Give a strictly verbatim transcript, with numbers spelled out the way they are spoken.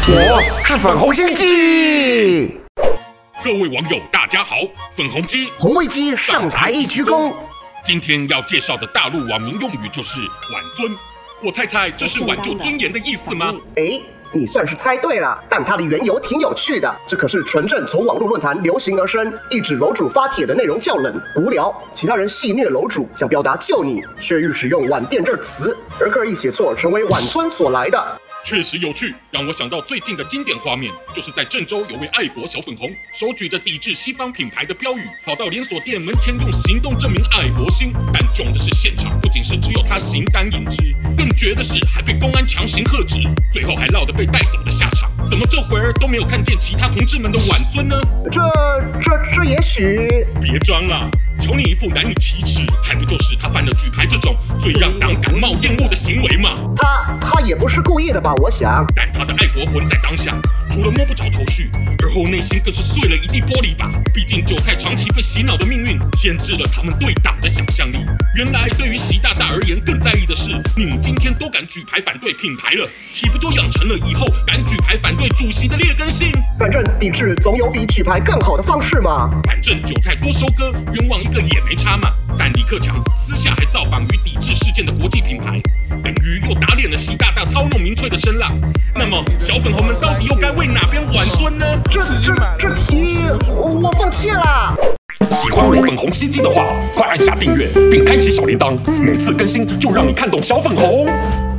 我是粉红心机。 各位网友，大家好，粉红鸡红卫鸡上台一鞠躬。 今天要介绍的大陆网民用语就是挽尊。我猜猜这是挽救尊严的意思吗？ 哎，你算是猜对了，但它的缘由挺有趣的。这可是纯正从网络论坛流行而生，一指楼主发帖的内容较冷无聊，其他人戏谑楼主，想表达救你，却欲使用挽电这词，而刻意写错，成为挽尊所来的。 确实有趣，让我想到最近的经典画面，就是在郑州有位爱国小粉红，手举着抵制西方品牌的标语，跑到连锁店门前用行动证明爱国心。但囧的是，现场不仅是只有他形单影只，更绝的是还被公安强行喝止，最后还落得被带走的下场。怎么这会儿都没有看见其他同志们的挽尊呢？ 这这这也许…… 别装了，瞧你一副难以启齿，还不就是他犯了举牌这种最让党感冒厌恶的行为吗？ 他他也不是故意的吧？我想， 但他的爱国魂在当下，除了摸不着头绪，而后内心更是碎了一地玻璃吧。毕竟韭菜长期被洗脑的命运，限制了他们对党的想象力。原来对于习大大而言，更在意的是，你今天都敢举牌反对品牌了，岂不就养成了以后敢举牌反对主席的劣根性？ 反正抵制总有比举牌更好的方式嘛。 反正韭菜多收割，冤枉一个也没差嘛。但李克强私下还造访于抵制事件的国际品牌，等于又打脸了习大大操弄民粹的声浪。那么小粉红们到底又该为哪边挽尊呢？ 这这这题我我放弃了。 喜欢我粉红心机的话，快按下订阅并开启小铃铛，每次更新就让你看懂小粉红。